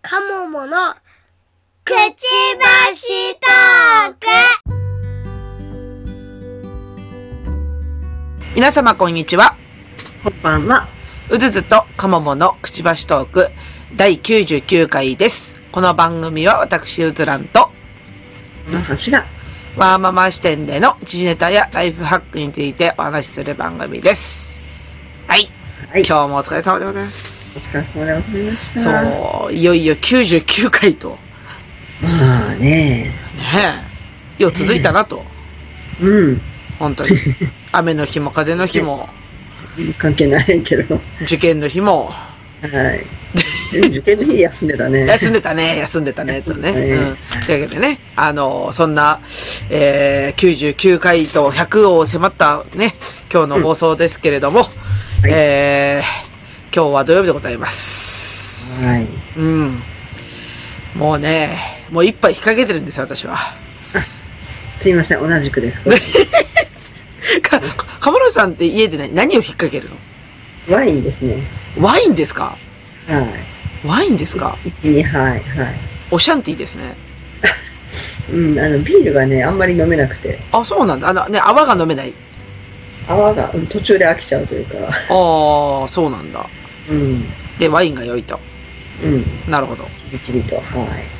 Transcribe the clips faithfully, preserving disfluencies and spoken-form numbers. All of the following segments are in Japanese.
カモモのくちばしトーク。 皆様こんにちは。 こんばんは。 うずずとカモモのくちばしトークだいきゅうじゅうきゅうかいです。この番組は私うずらんとの橋がワーママ視点での時事ネタやライフハックについてお話しする番組です。はい。はい、今日もお疲れ様でございます。 お疲れ様でございました。 そう、いよいよきゅうじゅうきゅうかいと。 まあね。 ねえ。よう続いたなと。ね、 うん。 本当に。雨の日も風の日も。 関係ないけど。 受験の日も。 はい。受験の日休んでたね。 休んでたね、休んでたね、とね。うん。というわけでね、あの、そんな、えー、きゅうじゅうきゅうかいとひゃくを迫ったね、今日の放送ですけれども、うん、えー、今日は土曜日でございます。 はい。 うん。もうね、もう一杯引っ掛けてるんですよ、私は。 すいません、同じくです。 か、かまろさんって家で、ね、何を引っ掛けるの？ ワインですね。 ワインですか？ はい。 ワインですか？ いち、にはい、はい。 オシャンティーですね。 うん、あの、ビールがね、あんまり飲めなくて。 あ、そうなんだ。あの、ね、泡が飲めない。 泡が途中で飽きちゃうというか。 ああ、そうなんだ。 うん。 で、ワインが良いと。 うん。 なるほど。 ちびちびと、はい。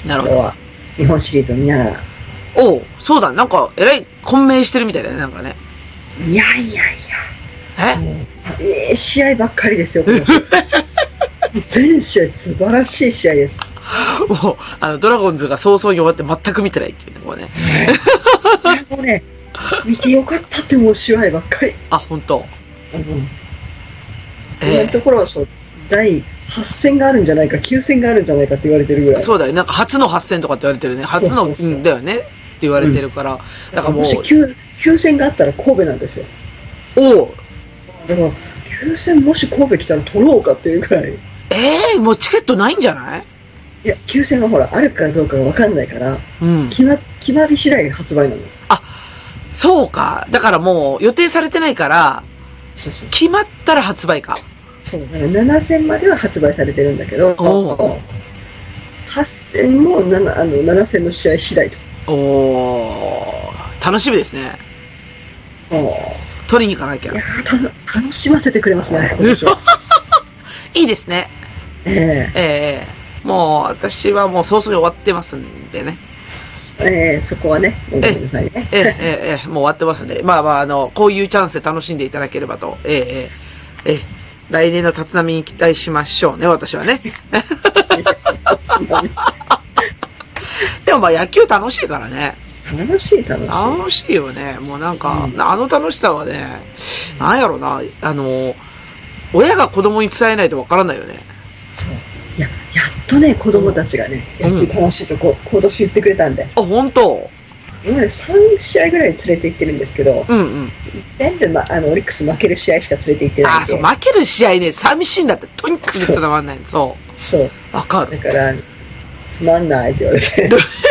なるほど。 今日は日本シリーズを見ながら。 おう、そうだ、なんか、えらい混迷してるみたいだね、なんかね。 いやいやいや。 えええ試合ばっかりですよ、全試合素晴らしい試合です。 もう、あの、ドラゴンズが早々に終わって全く見てないっていうね、こうね。 もうね、見てよかったって思う試合ばっかり。 あ、本当。 うん。ええ。今のところ、そう、だいはち戦があるんじゃないか、きゅう戦があるんじゃないかって言われてるぐらい。 そうだよ。なんか初のはち戦とかって言われてるね。初の、うん、だよね。って言われてるから。うん、だからもう。もしきゅう、きゅう戦があったら神戸なんですよ。 おう。 だから、きゅう戦もし神戸来たら取ろうかっていうくらい。 ええー、もうチケットないんじゃない？ いや、きゅう戦はほら、あるかどうかがわかんないから、 うん。 決ま、決まり次第発売なの。 あ、そうか。だからもう予定されてないから、 そうそうそう、 決まったら発売か。 そう、だからなな戦までは発売されてるんだけど、はち戦もなな、あの、なな戦の試合次第と。 おー、楽しみですね。 そう。 取りに行かなきゃ。 いやー、た、楽しませてくれますね。 いいですね。 ええええもう、私はもう早々に終わってますんでね。 ええそこはね、ごめんなさいね。 ええええもう終わってますんで。まあまあ、あの、こういうチャンスで楽しんでいただければと。ええええええ来年の立浪に期待しましょうね、私はね。でもまあ野球楽しいからね。 楽しい楽しい。 楽しいよね。もうなんか、うん、あの楽しさはね、なんやろな、あの、親が子供に伝えないとわからないよね。 そう。いや、やっとね、子供たちがね、うん、野球楽しいとこう、今年言ってくれたんで。 あ、本当？ 今までさん試合ぐらい連れて行ってるんですけど、 うんうん。 全部、ま、あの、オリックス負ける試合しか連れて行ってないんで。 あ、そう、負ける試合ね、寂しいんだって、とにかく伝わんないの。そう。 そう。 わかる。 だから、つまんないって言われて。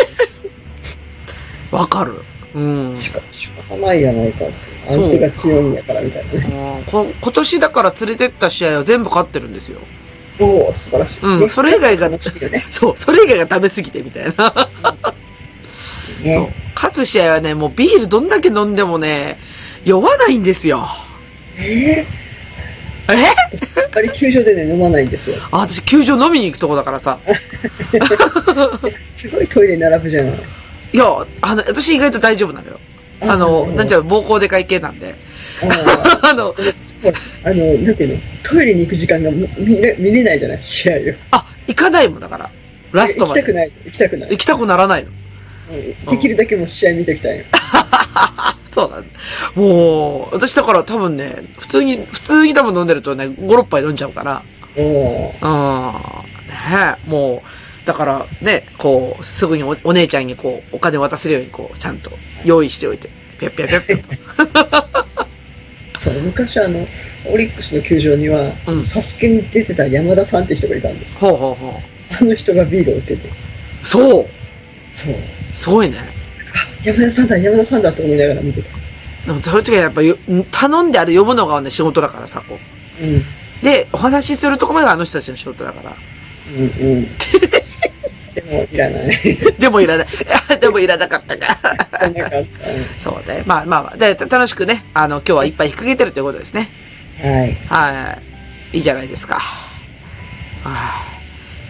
わかる。うん。 しか、仕方ないやないかって。相手が強いんだから、みたいなね。 うんこ。今年だから連れてった試合は全部勝ってるんですよ。 おお、素晴らしい。 うん、それ以外が、ね、そう、それ以外がダメすぎてみたいな。うんね、そう。勝つ試合はね、もうビールどんだけ飲んでもね、酔わないんですよ。 えー、えあれ球場でね、飲まないんですよ。 あ、私球場飲みに行くとこだからさ。 すごいトイレ並ぶじゃない。 いや、あの、私意外と大丈夫なのよ。あの、なんちゃう、膀胱で会計なんで。 あの、あの、なんていうの、トイレに行く時間が見れ、見れないじゃない、試合を。 あ、行かないもんだから。ラストまで。 行きたくない。行きたくない。 行きたくならないの。 できるだけもう試合見ときたいよ。 そうなんだ。もう、私だから多分ね、普通に、普通に多分飲んでるとね、ご、ろっぱい飲んじゃうから。 おー。 うん。ねえ、もう、だからね、こう、すぐに お, お姉ちゃんにこう、お金渡せるようにこう、ちゃんと用意しておいて。ぴゃっぴゃっぴゃっぴゃ。 そう、昔あの、オリックスの球場には、うん、サスケに出てた山田さんって人がいたんです。 ほうほうほう。 あの人がビールを売ってて。 そうそう。 すごいね。 あ、山田さんだ、山田さんだと思いながら見てた。 でも、その時はやっぱ頼んであれ呼ぶのがね、仕事だからさ、こう。うん。で、お話しするとこまでがあの人たちの仕事だから。 うんうん。 でもいらない。 でもいらない。でもいらなかったか。 いらなかった。 そうね。まあまあまあ。で、楽しくね、あの、今日はいっぱい引っ掛けてるということですね。 はい。 はい。いいじゃないですか。はい。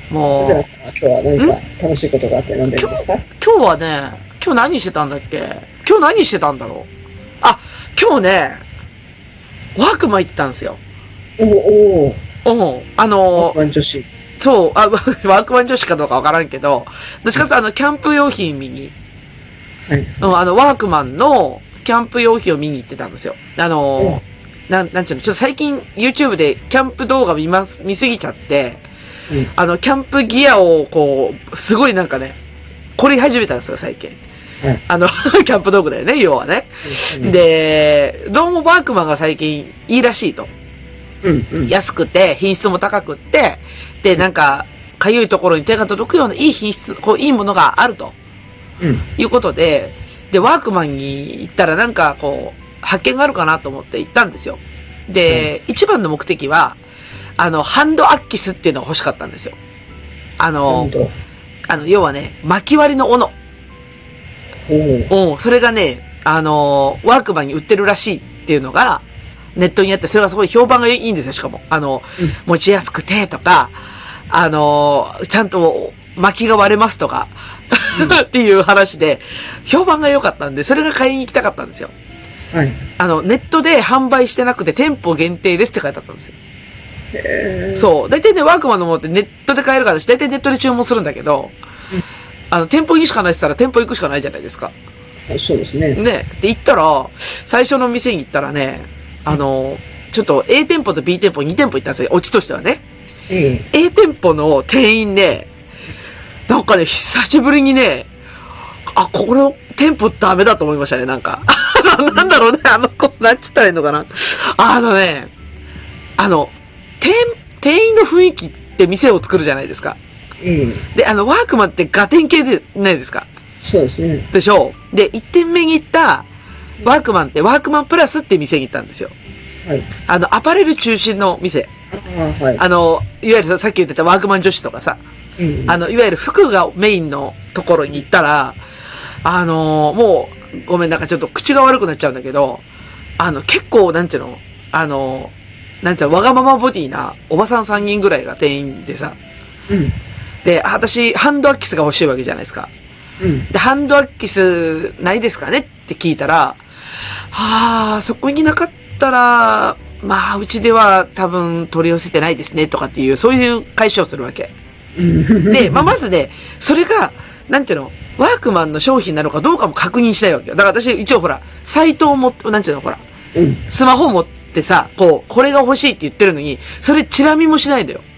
もう。 藤野さんは今日は何か楽しいことがあって飲んでるんですか？ 今日はね、今日何してたんだっけ？今日何してたんだろう？あ、今日ね、ワークマン行ってたんですよ。 おお。 うん。あのワークマン女子。 そう、あ、ワークマン女子かどうかわからんけど、どっちかというとあの、キャンプ用品見に、 はい。 うん、あの、ワークマンのキャンプ用品を見に行ってたんですよ。あの、なん、なんちゅうの、ちょっと最近 YouTube でキャンプ動画見ます、見すぎちゃって、 うん、 あの、キャンプギアをこう、すごいなんかね、凝り始めたんですよ、最近。 はい、 あの、キャンプ道具だよね、要はね。うん、で、どうもワークマンが最近いいらしいと。 うんうん、 安くて、品質も高くって、で、なんか、かゆいところに手が届くようないい品質、こう、いいものがあると。うん。いうことで、で、ワークマンに行ったらなんか、こう、発見があるかなと思って行ったんですよ。で、うん、一番の目的は、あの、ハンドアッキスっていうのが欲しかったんですよ。あの、あの、要はね、巻き割りの斧。おお。それがね、あの、ワークマンに売ってるらしいっていうのが、ネットにあって、それがすごい評判がいいんですよ、しかも。あの、うん、持ちやすくてとか、あの、ちゃんと巻きが割れますとか、うん、っていう話で、評判が良かったんで、それが買いに行きたかったんですよ。はい。あの、ネットで販売してなくて店舗限定ですって書いてあったんですよ。へー。そう。大体ね、ワークマンのものってネットで買えるから私、大体ネットで注文するんだけど、うん、あの、店舗にしかないって言ったら店舗行くしかないじゃないですか。 そうですね。 ね。で、行ったら、最初の店に行ったらね、あの、ちょっと A 店舗と B 店舗に店舗行ったんですよ。オチとしてはね。ええ、A 店舗の店員ね、なんかね、久しぶりにね、あ、この店舗ダメだと思いましたね、なんか。なんだろうね、あの子、なんちったらいいのかな。あのね、あの、店、店員の雰囲気って店を作るじゃないですか。ええ、で、あの、ワークマンってガテン系でないですか。 そうですね。 でしょう。で、いってんめに行った、ワークマンってワークマンプラスって店に行ったんですよ。はい。あの、アパレル中心の店。あ, はい、あの、いわゆるさっき言ってたワークマン女子とかさ、うん、あの、いわゆる服がメインのところに行ったら、あのー、もう、ごめん、なんかちょっと口が悪くなっちゃうんだけど、あの、結構、なんていうのあのー、なんていうのわがままボディなおばさんさんにんぐらいが店員でさ、うん。で、私、ハンドアッキスが欲しいわけじゃないですか。うん。で、ハンドアッキスないですかねって聞いたら、はあ、そこになかったら、まあ、うちでは多分取り寄せてないですね、とかっていう、そういう解消するわけ。で、まあ、まずね、それが、なんていうの、ワークマンの商品なのかどうかも確認したいわけよ。だから私、一応ほら、サイトを持って、なんていうの、ほら、うん、スマホ持ってさ、こう、これが欲しいって言ってるのに、それチラ見もしないんだよ。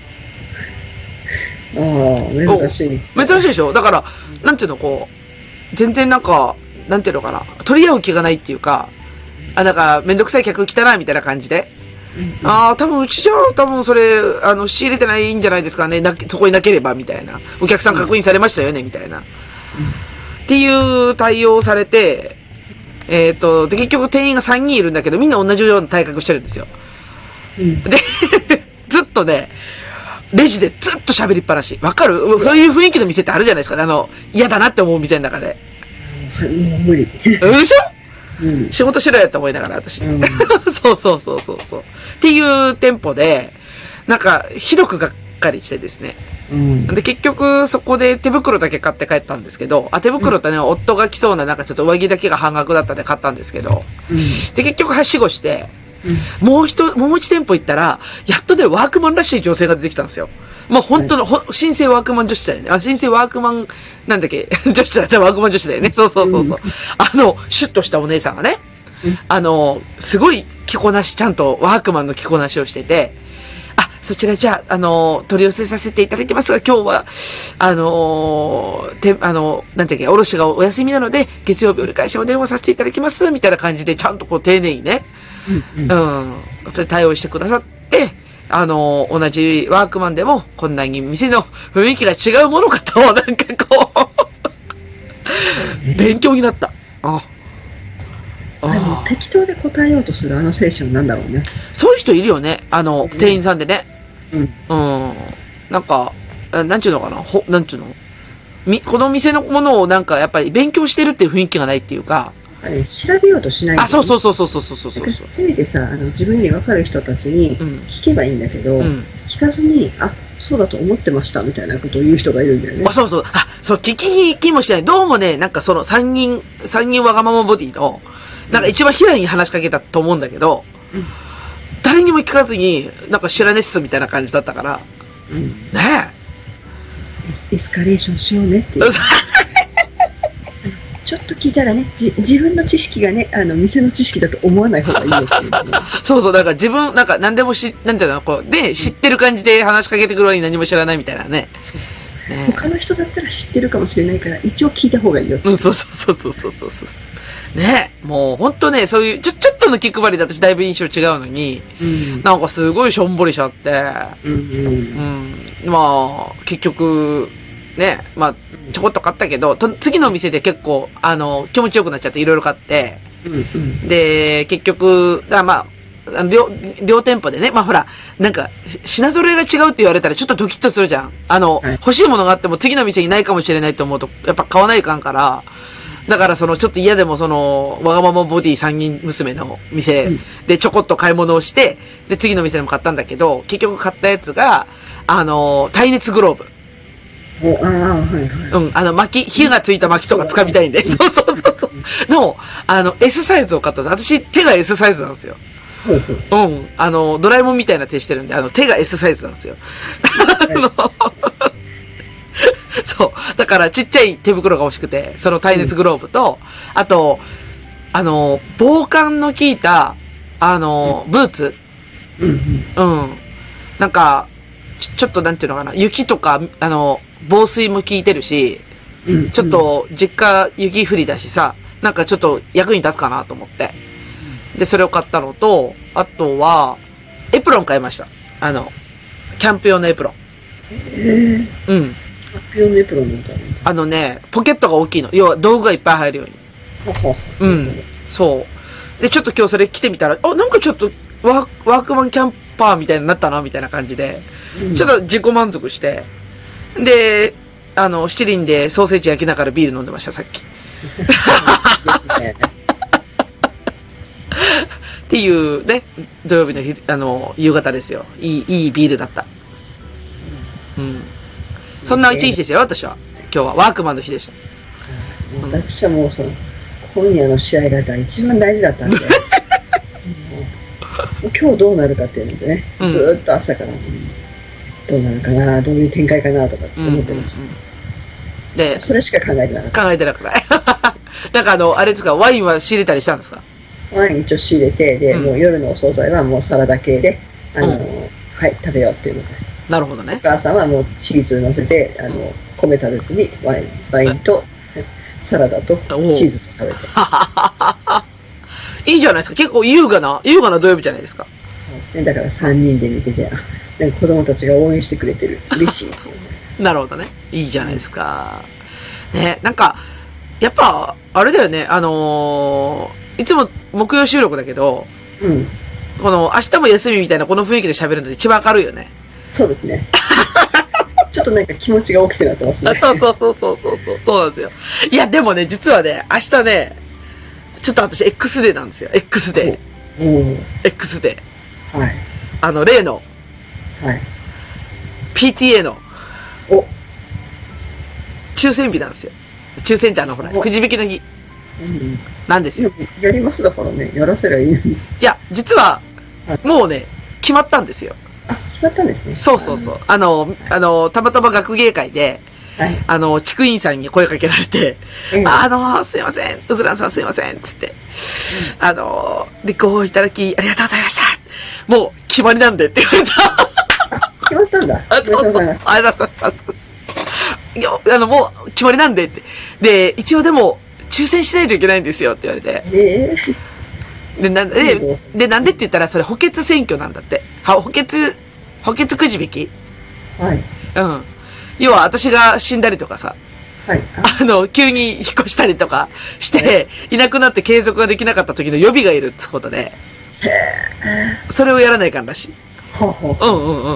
ああ、珍しい。 珍しいでしょ？だから、なんていうの、こう、全然なんか、なんていうのかな、取り合う気がないっていうか、あ、なんか、めんどくさい客来たな、みたいな感じで。うん、ああ、多分うちじゃ、多分それ、あの、仕入れてないんじゃないですかね。な、そこになければ、みたいな。お客さん確認されましたよね、みたいな。うん、っていう対応をされて、えっと、で、結局店員がさんにんいるんだけど、みんな同じような体格してるんですよ。うん、で、ずっとね、レジでずっと喋りっぱなし。わかる？そういう雰囲気の店ってあるじゃないですか。あの、嫌だなって思う店の中で。 もう無理。 でしょ？うん、仕事しろよって思いながら、私。うん、そうそうそうそうそう。っていう店舗で、なんか、ひどくがっかりしてですね。うん、で、結局、そこで手袋だけ買って帰ったんですけど、あ、手袋ってね、うん、夫が着そうな、なんかちょっと上着だけが半額だったんで買ったんですけど、うん、で、結局、はしごして、うん、もう一、もう一店舗行ったら、やっとね、ワークマンらしい女性が出てきたんですよ。もう本当の、はい、新生ワークマン女子だよね。あ、新生ワークマン、なんだっけ、女子だったらワークマン女子だよね。そうそうそうそう。うん、あの、シュッとしたお姉さんがね、うん、あの、すごい着こなし、ちゃんとワークマンの着こなしをしてて、あ、そちらじゃあ、あの、取り寄せさせていただきますが、今日は、あの、て、あの、なんていうか、おろしがお休みなので、月曜日折り返しお電話させていただきます、みたいな感じで、ちゃんとこう丁寧にね、うん、うん、それ対応してくださって、あの、同じワークマンでも、こんなに店の雰囲気が違うものかと、なんかこう、勉強になった。ああの適当で答えようとするあの精神なんだろうね。 そういう人いるよね。あの、店員さんでね。うん。うん。なんか、なんちゅうのかなほ、なんちゅうのみ、この店のものをなんかやっぱり勉強してるっていう雰囲気がないっていうか。 なんかね、調べようとしないんだよね。 あ、そうそうそうそうそうそうそうそう。 せめてさ、あの、自分より分かる人たちにうん聞けばいいんだけど、 うん。 聞かずに、あ、そうだと思ってましたみたいなことを言う人がいるんだよねあ、。そうそう。あ、そう、聞きに気もしない。どうもね、なんかその三人、三人わがままボディの、なんか一番平井に話しかけたと思うんだけど、 うん誰にも聞かずに、なんか知らねっすみたいな感じだったから、 うん。 ねエスエスカレーションしようねっていえ。 う。ちょっと聞いたらね、じ自分の知識がね、あの、店の知識だと思わない方がいいよっていう、ね。 そうそう、だから自分、なんか何でもし、なんていうの、こう、で、知ってる感じで話しかけてくるのに何も知らないみたいなね。 そうそうそうね他の人だったら知ってるかもしれないから、一応聞いた方がいいよって。 うん、そうそうそうそうそうそうそう。ねもう本当ね、そういう、ちょ、ちょっとの気配りで私だいぶ印象違うのに、 うん。 なんかすごいしょんぼりしちゃって、 うんうんうん。まあ、結局、ね、まあ、ちょこっと買ったけど、と次の店で結構、あの、気持ちよくなっちゃっていろいろ買って、 うんうんで、結局、だまあ、あの両、両店舗でね、まあほら、なんか、し品揃えが違うって言われたらちょっとドキッとするじゃん。あの、 はい欲しいものがあっても次の店にないかもしれないと思うと、やっぱ買わないかんから、だからその、ちょっと嫌でもその、わがままボディ三人娘の店うんでちょこっと買い物をして、で、次の店でも買ったんだけど、結局買ったやつが、あの、耐熱グローブ。 おああ、はいはい。 うん、あの、薪、火がついた薪とか掴みたいんで、そうそうそうそう。の、あの、S サイズを買ったんです。私、手が S サイズなんですよ。 ほうほう。 うん。あの、ドラえもんみたいな手してるんで、あの、手が S サイズなんですよ。あのそう。だから、ちっちゃい手袋が欲しくて、その耐熱グローブと、あと、あの、防寒の効いた、あの、ブーツ。 うんうん。 うん。なんか、ちょ、ちょっとなんていうのかな、雪とか、あの、防水も効いてるし、 うんちょっ、と、実家雪降りだしさ、なんかちょっと役に立つかなと思って。で、それを買ったのと、あとは、エプロン買いました。あの、キャンプ用のエプロン。 ええうん。 発表のエプロンなんだね。 あのね、ポケットが大きいの。要は道具がいっぱい入るように。 はは。 うん。そう。で、ちょっと今日それ着てみたら、あ、なんかちょっとワーク、ワークマンキャンパーみたいになったな、みたいな感じで、 うんちょっと自己満足して、で、あの、七輪でソーセージ焼きながらビール飲んでました、さっき。っていうね、土曜日のひあの、夕方ですよ。いい、いいビールだった。うん。そんな一日ですよ、私は。今日はワークマンの日でした。 私はもうその、今夜の試合が一番大事だったんで、もう今日どうなるかっていうのでね、 うんずーっと朝から、どうなるかな、どういう展開かなとかうんうんうん思ってました。 で、 それしか考えてなかった。 考えてなくないなんかあの、あれですか、ワインは仕入れたりしたんですか？ ワイン一応仕入れて、で、 うんもう夜のお惣菜はもうサラダ系で、あの、 うはい、食べようっていうので。 なるほどね。 お母さんはもうチーズ乗せて、あの、米食べずにワイン、ワインとサラダとチおうーズと食べて。 いいじゃないですか。結構優雅な、優雅な土曜日じゃないですか。 そうですね。だからさんにんで見てて、あ、なんか子供たちが応援してくれてる。嬉しいっていうね。 なるほどね。いいじゃないですか。ね、なんか、やっぱ、あれだよね、あのー、いつも木曜収録だけど、 うん。 この明日も休みみたいなこの雰囲気で喋るので一番明るいよね。 そうですね。ちょっとなんか気持ちが大きくなってますね。 あそうそうそうそうそうそう。そうなんですよ。いや、でもね、実はね、明日ね、ちょっと私 X デーなんですよ。X デー。 うん。 X デー。 はい。 あの、例のはい。 ピーティーエー のお、 抽選日なんですよ。抽選ってあの、ほら、 おくじ引きの日うん。 なんですよ。 やりますだからね、やらせりゃいいのに。 いや、実はは、 もうね、決まったんですよ。 あ、決まったんですね。 そうそうそう。あの、あの、たまたま学芸会で、 はい。 あの、地区員さんに声かけられて、 ええあの、すいません、うずらんさんすいません、つって、あの、立候補いただき、ありがとうございました。もう、決まりなんでって言われた。 決まったんだ。 あ、 おめでとそううそう。 ございます。 ありがとうございます。そうですいや、あの、もう、決まりなんでって。で、一応でも、抽選しないといけないんですよって言われて。 ええで、なんで、で、なんでって言ったら、それ補欠選挙なんだって。は、補欠、補欠くじ引きはい。 うん。要は、私が死んだりとかさ、 はい。あ、 あの、急に引っ越したりとかして、いなくなって継続ができなかった時の予備がいるってことで、 へえ。 それをやらないかんらしい。 ほうほう。 うんうんうんうん。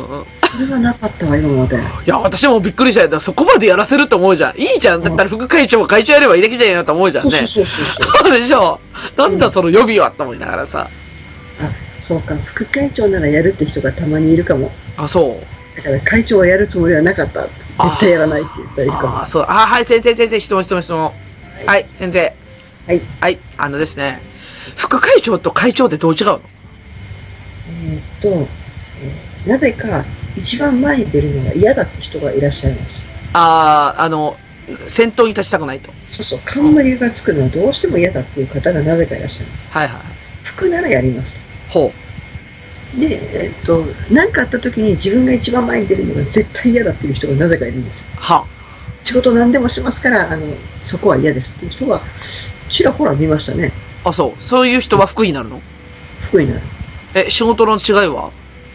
それはなかったわ、今まで。 いや、私もびっくりしたよ。そこまでやらせると思うじゃん。いいじゃん。だったら副会長は会長やればいいだけじゃんよと思うじゃんね。 そうそうそうそうでしょ。なんだその予備はと思いながらさ。 あ、そうか。副会長ならやるって人がたまにいるかも。 あ、そう。 だから会長はやるつもりはなかった。絶対やらないって言ったらいいかも。 ああ、そう。あ、はい、先生、先生、質問、質問、質問。はい、はい、先生。 はい。 はい、あのですね。副会長と会長ってどう違うの？ えーっと、えーなぜか一番前に出るのが嫌だって人がいらっしゃいます。 ああ、あの、先頭に立ちたくないと。 そうそう、冠がつくのはどうしても嫌だっていう方がなぜかいらっしゃいます。 はいはい。 服ならやりますと。 ほで、えーっと、何かあった時に自分が一番前に出るのが絶対嫌だっていう人がなぜかいるんです。 う。は。 仕事何でもしますから、あの、そこは嫌ですっていう人がちらほら見ましたね。 あ、そう。そういう人は副になるの？ 服になる。 え、仕事の違いは？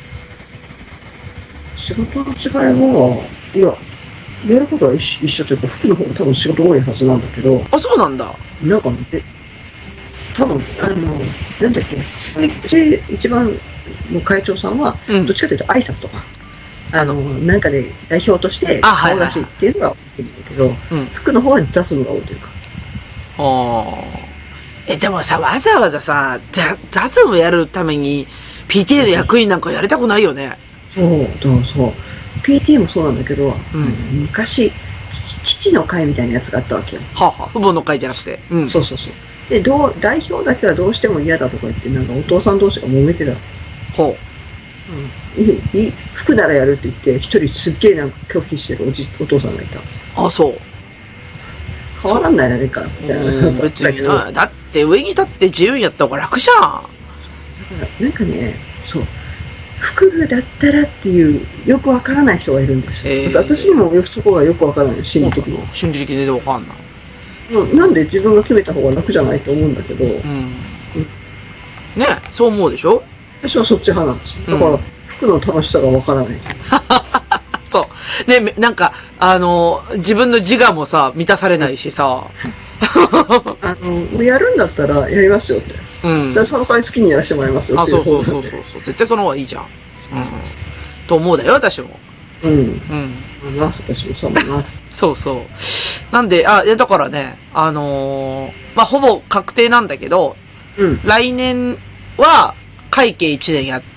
仕事の違いも、いや、やることは一緒一緒というか、服の方が多分仕事多いはずなんだけど、 あ、そうなんだ。 なんかね、多分あの、なんだっけ、最最一番の会長さんは、 うんどっちかというと挨拶とか、あの、なんかで代表としてあはいはい顔出しっていうのが多いんだけど、 うん。 服の方は雑務が多いというか。 ああ。え、でもさ、わざわざさ、ざ雑務やるために、ピーティーエー の役員なんかやりたくないよね。 そう、だからそう。ピーティーエー もそうなんだけど、 うん昔、父父の会みたいなやつがあったわけよ。 はあ、はあ、父母の会じゃなくて。うん。 そうそうそう。で、どう、代表だけはどうしても嫌だとか言って、なんかお父さん同士が揉めてた。 ほうん、いい服ならやるって言って、一人すっげえなんか拒否してるおじお父さんがいた。 う。あ、そう。 変わらんないなねか、みたいなうん、 感じだっ別たけど。だかにな。だって上に立って自由にやった方が楽じゃん。 ら、なんかね、そう。服だったらっていう、よくわからない人がいるんですよ。 えー私にもよそこがよくわからない、心理的に。 心理的にでわかんない。 うん、なんで自分が決めた方が楽じゃないと思うんだけど、 うん。ね、そう思うでしょ？ 私はそっち派なんですよ。だから、 うん服の楽しさがわからない。 そう。ね、めなんか、あの、自分の自我もさ、満たされないしさ。 あの、やるんだったらやりますよって。 うんだか。らその代わり好きにやらせてもらいますよあ、 っていそうそう方なんでそうそうそう。絶対その方がいいじゃん。うん。と思うだよ、私も。 うん。 うん。 思います。私もそう思います。 そうそう。なんで、あ、いやだからね、あのーまあ、ほぼ確定なんだけど、 うん。 来年は会計いちねんやって、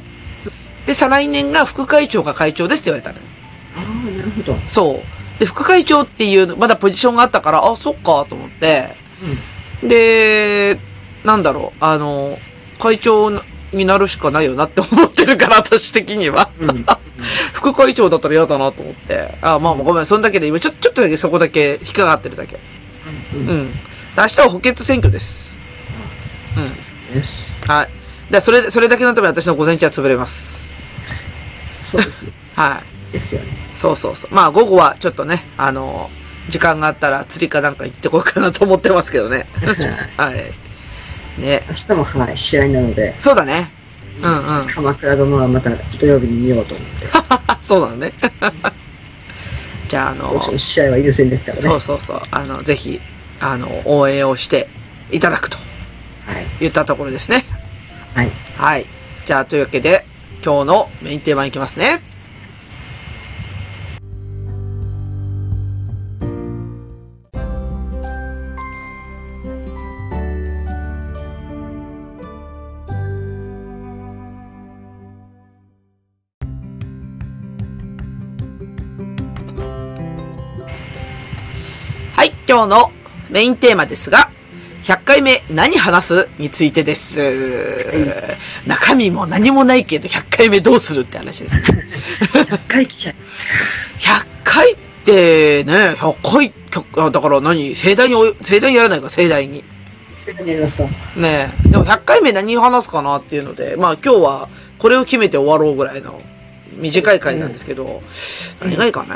で、再来年が副会長か会長ですって言われたのよ。 ああ、なるほど。 そう。で、副会長っていう、まだポジションがあったから、あ、そっか、と思って、で、なんだろう、あの、会長になるしかないよなって思ってるから、私的には。 うん。うん。 副会長だったら嫌だなと思って。あ、まあごめん、そんだけで今、ちょ、ちょっとだけそこだけ引っかかってるだけ。 う。 うんん。明日は補欠選挙です。うん。 よし。 はい。で、それ、それだけのため私の午前中は潰れます。 そうですね。 はい。 ですよね。 そうそうそう。まあ午後はちょっとね、あの、時間があったら釣りかなんか行ってこようかなと思ってますけどね。はい。ね。 明日もはい、試合なので、 そうだね。うんうん。 鎌倉殿はまた土曜日に見ようと思って。 そうなのね。じゃあ、あのどうしても、試合は優先ですからね。 そうそうそう。あの、ぜひ、あの、応援をしていただくとはい。 言ったところですね。 はい。 はい。じゃあ、というわけで、今日のメインテーマいきますね。はい、今日のメインテーマですが、ひゃっかいめ何話すについてです。中身も何もないけどひゃっかいめどうするって話ですね。 ひゃっかい来ちゃう。 ひゃっかいってね、ひゃっかい、あだから何盛大にお、盛大にやらないか、盛大に。 何やりますか？ ねえ。でもひゃっかいめ何話すかなっていうので、まあ今日はこれを決めて終わろうぐらいの短い回なんですけど、何がいいかね。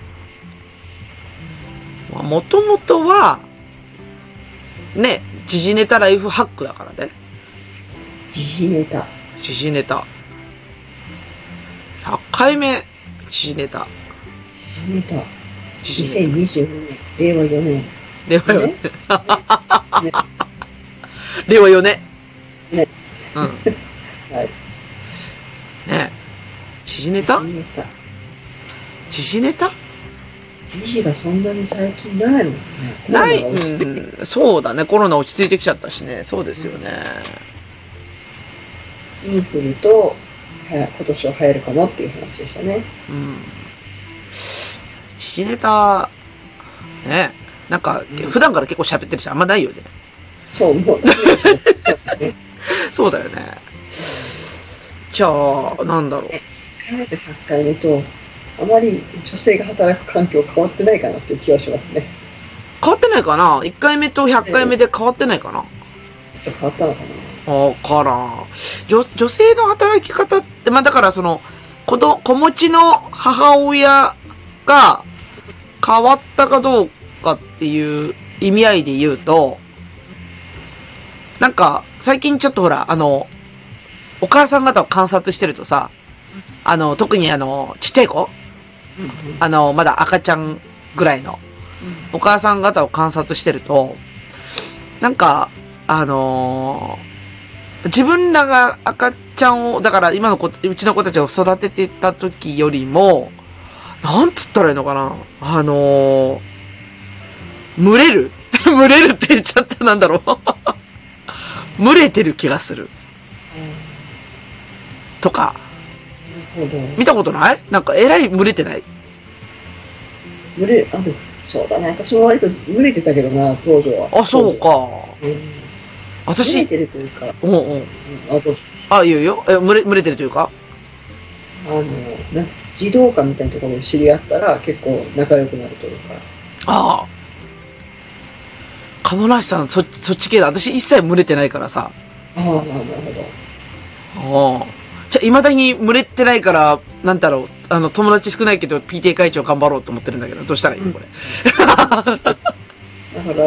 まあもともとは、ね、時事ネタライフハックだからね。 時事ネタ。 時事ネタ。ひゃっかいめ、時事ネタ。 ネタ。 時事ネにせんにじゅうよねん、れいわよねん。 タ。令和よね。 ね。 令和よね。 ね。 うん。 はい。 ね。時時事ネタ時事ネタ。 時事ネタ時事がそんなに最近ないもんね。 ない、 コロナが落ちてきてうん、そうだね。コロナ落ち着いてきちゃったしね。そうですよね。 インフルと、はや今年は流行るかもっていう話でしたね。 うん。時事ネタ、ね。なんか、普段から結構喋ってるし、あんまないよね。 そう、もう、 そうだよね。じゃあ、なんだろう。 いっかいめとひゃっかいめと、あまり女性が働く環境変わってないかなっていう気はしますね。 変わってないかな？ いっ 回目とひゃっかいめで変わってないかな？ ちょっと変わったのかな。 わからん。女、女性の働き方って、まあだからその、子ど、子持ちの母親が変わったかどうかっていう意味合いで言うと、なんか、最近ちょっとほら、あの、お母さん方を観察してるとさ、あの、特にあの、ちっちゃい子あの、まだ赤ちゃんぐらいの、お母さん方を観察してると、なんか、あのー自分らが赤ちゃんを、だから今の子、うちの子たちを育ててた時よりも、なんつったらいいのかなあのー、群れる群れるって言っちゃったなんだろう群れてる気がする。とか。見たことないなんかえらい群れてない群れ、あ、でも、そうだね。私も割と群れてたけどな、当時は。 あ、そうか。 うん私、 群れてるというか、 うんうん。 あと、 あ、いいよいいよ。え、群れ、群れてるというかあの、なん児童館みたいなところで知り合ったら結構仲良くなるというか。 ああ。鴨梨さん、そ、そっち系だ。私一切群れてないからさ。 ああ、なるほど。 ああ。じゃ、未だに群れてないから、なんだろう。あの、友達少ないけど、ピーティー 会長頑張ろうと思ってるんだけど、どうしたらいいのこれ。 だから、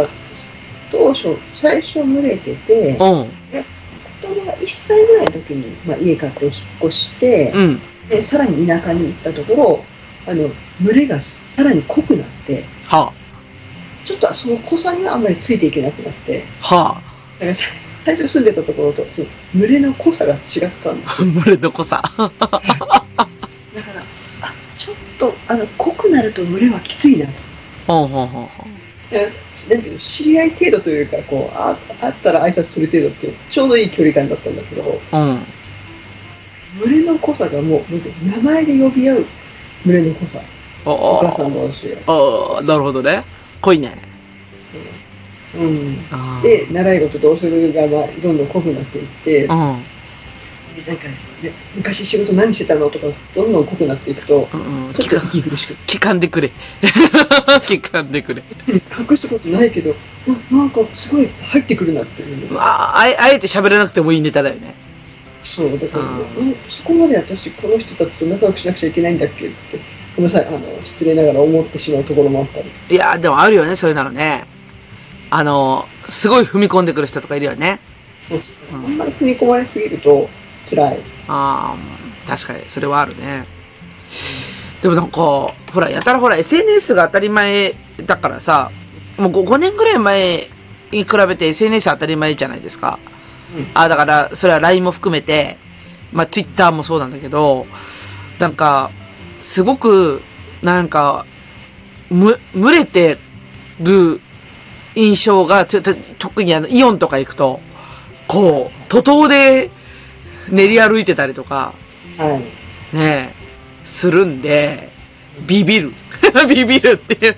当初、最初群れてて、 うん。 子供がいっさいぐらいの時に、まあ、家買って引っ越して、 うん。 で、さらに田舎に行ったところ、あの、群れがさらに濃くなって、 はちょっとその濃さにはあんまりついていけなくなって、 あ。はだからさ最初住んでたところと、その群れの濃さが違ったんですあ。 よ。 群れの濃さ。 だから、あ、ちょっと、あの、濃くなると群れはきついなと。 ほんほんほんほん。 なんていうの、知り合い程度というか、こう、ああったら挨拶する程度っていう、ちょうどいい距離感だったんだけど、 うん。 群れの濃さがもう、名前で呼び合う群れの濃さ。お母さん同士が。 ああ、なるほどね。濃いね。 そう。うん。 あで、習い事どうするが、まあ、どんどん濃くなっていって、 うん。 なんか、ね、昔仕事何してたのとか、どんどん濃くなっていくと、 うんうん。 ちょっと息苦しく。 聞かんでくれ。聞かんでくれ。 隠すことないけど、ななんかすごい入ってくるなっていうの。 まあ、あえ、あえて喋らなくてもいいネタだよね。 そう、だから、 うんうんそこまで私、この人たちと仲良くしなくちゃいけないんだっけって、ごめんなさい、あの、失礼ながら思ってしまうところもあったり。 いや、でもあるよね、そういうのね。あの、すごい踏み込んでくる人とかいるよね。 そうそう。 うんあんまり踏み込まれすぎると辛い。 ああ、確かに、それはあるね。でもなんか、ほら、やたらほら、エスエヌエス が当たり前だからさ、もう 5, ごねんぐらい前に比べて エスエヌエス 当たり前じゃないですか。 うんあ、だから、それは ライン も含めて、まあ、Twitter もそうなんだけど、なんか、すごく、なんか、む、群れてる印象が、ちょっと、特にあの、イオンとか行くと、こう、徒党で練り歩いてたりとか、 はい。 ねえ、するんで、ビビる。ビビるっていう。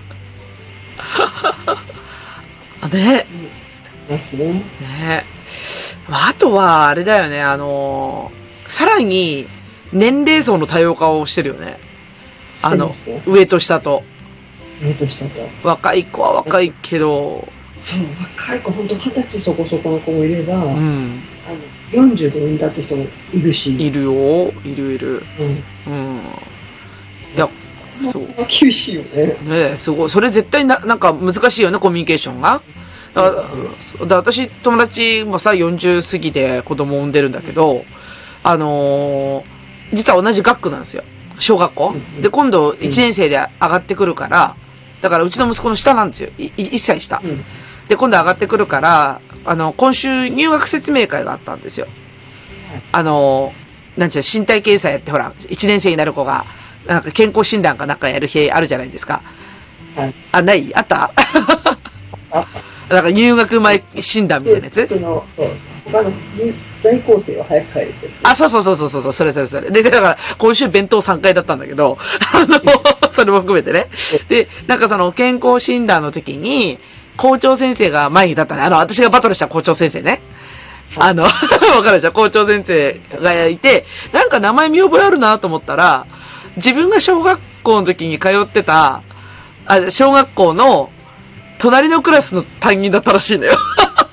あね。 ますね。 ねあとは、あれだよね、あのーさらに、年齢層の多様化をしてるよね。あのしてますね、 上と下と。 えっとしたと。 若い子は若いけど、 そう、若い子、本当二十歳そこそこの子もいれば、 うあの、 ん。 よんじゅうごにんだって人もいるし。 いるよ。いるいる。 うん。 うん。いや、そう。 これは厳しいよね。 ねえ、すごい。それ絶対な、なんか難しいよね、コミュニケーションが。だから、だから私、友達もさ、よんじゅう過ぎで子供を産んでるんだけど、あのー実は同じ学区なんですよ。小学校。で、今度いちねん生で上がってくるから、だからうちの息子の下なんですよ。い、いっさい下。 うん。 で、今度上がってくるから、あの、今週入学説明会があったんですよ。あの、 なんちゅう、身体検査やって、ほら、いちねん生になる子が、なんか健康診断かなんかやる日あるじゃないですか。 はい。 あ、ないあったあ、 なんか入学前診断みたいなやつその、そう。他の在校生は早く帰るってやつ。 あ、そうそうそうそうそう、それそれそれ。で、だから、今週弁当さんかいだったんだけど、あの、それも含めてね。で、なんかその、健康診断の時に、校長先生が前に立ったね。あの、私がバトルした校長先生ね。あの、わかるでしょ校長先生がいて、なんか名前見覚えあるなと思ったら、自分が小学校の時に通ってた、あ、小学校の、隣のクラスの担任だったらしいんだよ。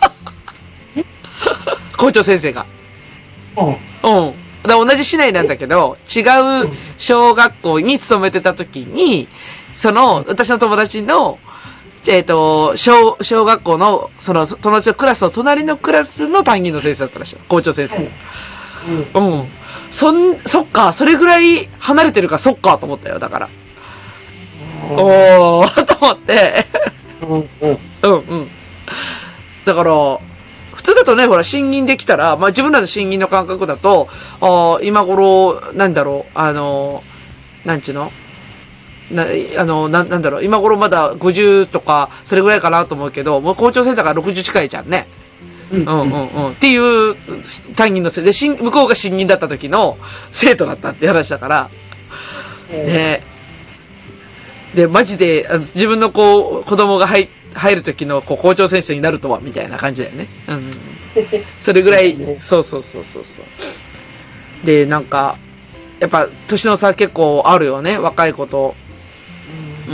校長先生が。 うん。 うん。だから同じ市内なんだけど、違う小学校に勤めてた時に、その、私の友達の、えっと、小、小学校の、その、友達のクラスの隣のクラスの担任の先生だったらしい。校長先生。 はい。 うん。うん。そん、そっか、それぐらい離れてるか、そっか、と思ったよ、だから。おー、と思って。 うん。うん。 うん、うん。だから、普通だとね、ほら、審議できたら、まあ、自分らの審議の感覚だと、ああ、今頃、なんだろう、あの、なんちゅうのな、あの、な、なんだろう、今頃まだごじゅうとか、それぐらいかなと思うけど、もう校長先生がろくじゅう近いじゃんね。 うん。 うんうんうん。っていう担任のせいで、しん向こうが審議だった時の生徒だったって話だから、ねで、マジで、あの自分のこう、子供が入、入る時のこう校長先生になるとは、みたいな感じだよね。うんうん。それぐらい、そうそうそうそうそう。で、なんか、やっぱ、年の差結構あるよね、若い子と。うん。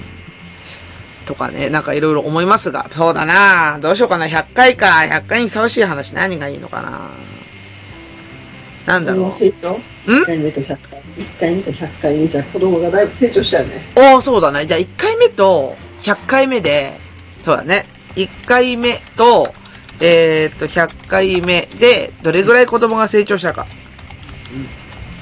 とかね、なんかいろいろ思いますが、そうだなどうしようかな、ひゃっかいか、ひゃっかいにふさわしい話何がいいのかななんだろう。 成長ん ?いっかいめとひゃっかい。いっかいめとひゃっかいめじゃ子供がだいぶ成長したよね。 おー、そうだね。じゃあいっかいめとひゃっかいめで、そうだね。いっかいめと、えー、っと、ひゃっかいめで、どれぐらい子供が成長したか。 うん。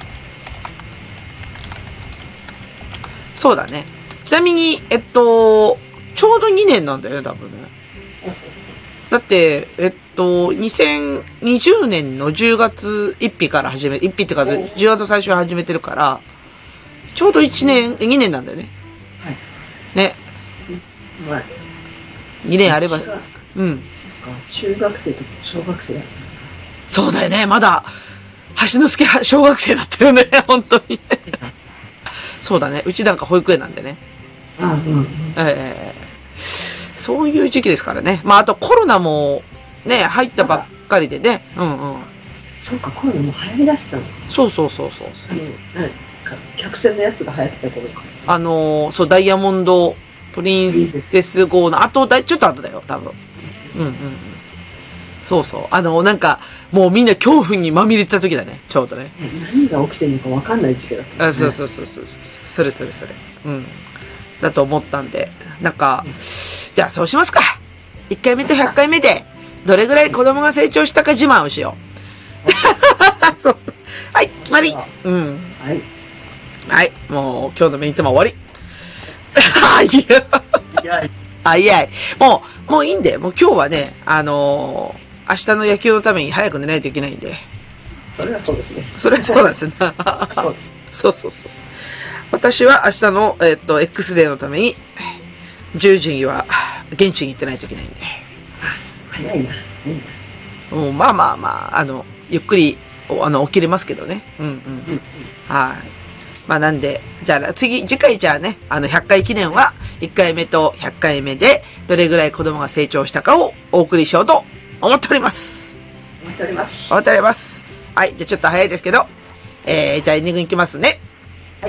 そうだね。ちなみに、えっと、ちょうどにねんなんだよね、多分ね。だって、えっと、にせんにじゅうねんのじゅうがつついたちから始め、いっぴってか、じゅうがつ最初に始めてるから、ちょうどいちねん、にねんなんだよね。 はい。 ね。 はい。 にねんあれば、うん。 そっか、中学生と小学生だった。 そうだよね、まだ、橋之助小学生だったよね、本当に。そうだね、うちなんか保育園なんでね。 ああ、うん。 ええそういう時期ですからね。まあ、あとコロナも、ね、入ったばっかりでね。うんうん。 そうか、コロナもう流行り出したの。 そうそうそうそうそうあ。の、なんか、客船のやつが流行ってた頃か。 あのー、そう、ダイヤモンド、プリンセス号の後だ、ちょっと後だよ、多分。うんうんうん。そうそう。あの、なんか、もうみんな恐怖にまみれてた時だね、ちょうどね。 何が起きてるのか分かんない時期だった、ね。 あ、そうそうそうそうそう。それそれそれ。うん。だと思ったんで、なんか、じゃあそうしますか。いっかいめとひゃっかいめで、どれぐらい子供が成長したか自慢をしよう。そう。はい、決まり。うん。 はい。 はい、もう今日のメインテーマ終わり。あ、いや。あ、いやい。もう、もういいんで、もう今日はね、あのー、明日の野球のために早く寝ないといけないんで。 それはそうですね。 それはそうなんですね。 そうです。 そうそうそうそう。私は明日の、えっと、X デーのために、じゅうじには、現地に行ってないといけないんで。 早いな。早いな。 もう、まあまあまあ、あの、ゆっくり、あの、起きれますけどね。うんうん。 うんうん。 はい。まあなんで、じゃあ次、次回じゃあね、あの、ひゃっかい記念は、いっかいめとひゃっかいめで、どれぐらい子供が成長したかをお送りしようと思っております。 思っております。 思っております。はい。じゃあちょっと早いですけど、えー、じゃあエンディングいきますね。 はい。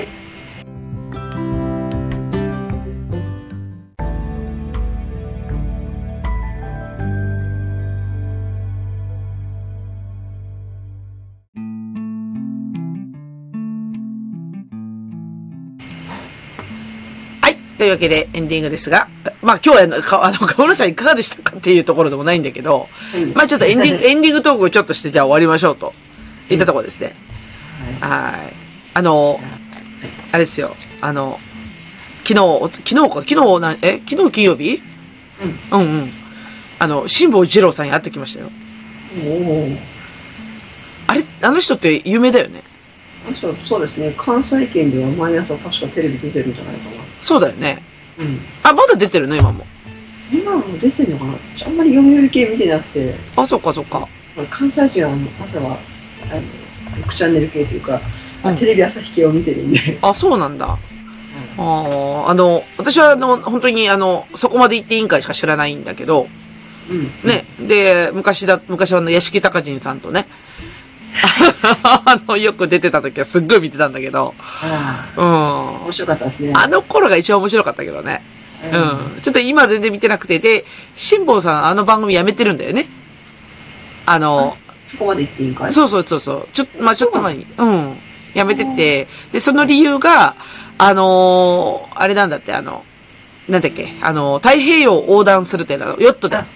というわけでエンディングですが、まあ今日は、あの、河村さんいかがでしたかっていうところでもないんだけど、 はい、 まあちょっとエンディング、エンディングトークをちょっとしてじゃあ終わりましょうと、いったところですね。はい。はい。あの、あれですよ、あの、昨日、昨日か、昨日な、え昨日金曜日うん。うんうん。あの、辛坊二郎さんに会ってきましたよ。 おー。 あれ、あの人って有名だよね。 あの人、そうですね。関西圏では毎朝確かテレビ出てるんじゃないかな。 そうだよね。 うん。 あ、まだ出てるの今も。 今も出てるのかな。あんまり読売系見てなくて。 あ、そっかそっか。 関西人はあの朝は、あの、ろくチャンネル系というか、 うんテレビ朝日系を見てるんで。 あ、そうなんだ。ああ、あの、私はあの、本当にあの、そこまで行って委員会しか知らないんだけど、 うん。 ね、で、昔だ、昔はあの、屋敷隆人さんとね、あの、よく出てた時はすっごい見てたんだけど、 あうん。 あ、面白かったですね。 あの頃が一番面白かったけどね。 ううん。ちょっと今全然見てなくて、で、辛坊さんあの番組やめてるんだよね。あの、 そこまで言っていいんかい？ そうそうそうそう。ちょっと、まあちょっと前に、うん。やめてて、で、その理由が、あのー、あれなんだって、あの、なんだっけ、あの、太平洋横断するっていうの、ヨットで。 はい。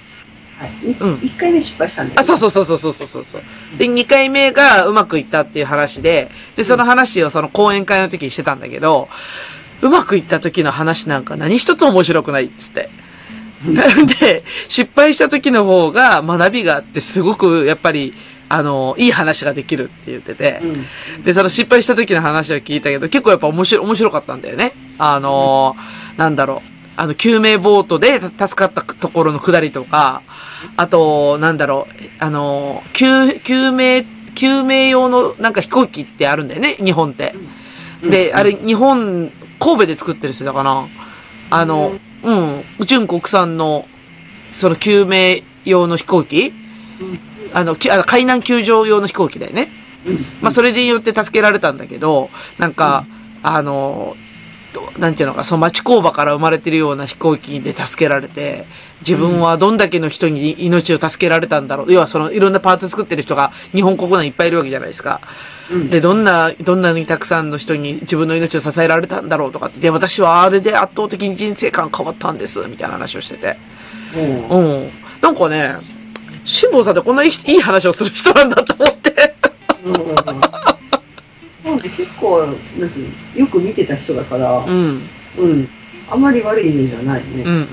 うん一回目失敗したんだよ、ね。 あ、そうそうそうそうそうそうそう。で、二回目がうまくいったっていう話で、で、その話をその講演会の時にしてたんだけど、うまくいった時の話なんか何一つ面白くないっつって。で、失敗した時の方が学びがあってすごくやっぱり、あの、いい話ができるって言ってて、 うん、 で、その失敗した時の話を聞いたけど、結構やっぱ面白い、面白かったんだよね。あの、なんだろう。あの、救命ボートで助かったところの下りとか、あと、なんだろう、あの、救、救命、救命用のなんか飛行機ってあるんだよね、日本って。で、あれ、日本、神戸で作ってる人だかな。あの、うん、純国産の、その救命用の飛行機、あの、きあの海難救助用の飛行機だよね。まあ、それでよって助けられたんだけど、なんか、あの、なんていうのか、その町工場から生まれてるような飛行機で助けられて、自分はどんだけの人に命を助けられたんだろう。要はそのいろんなパーツ作ってる人が日本国内にいっぱいいるわけじゃないですか。で、どんな、どんなにたくさんの人に自分の命を支えられたんだろうとかって、で、私はあれで圧倒的に人生観変わったんです、みたいな話をしてて。うん。うん、なんかね、辛坊さんってこんないい、いい話をする人なんだと思って。うんそうね、結構、なんていうの、よく見てた人だから、 うん。 うん。あんまり悪いイメージはないね。 うんうんうん。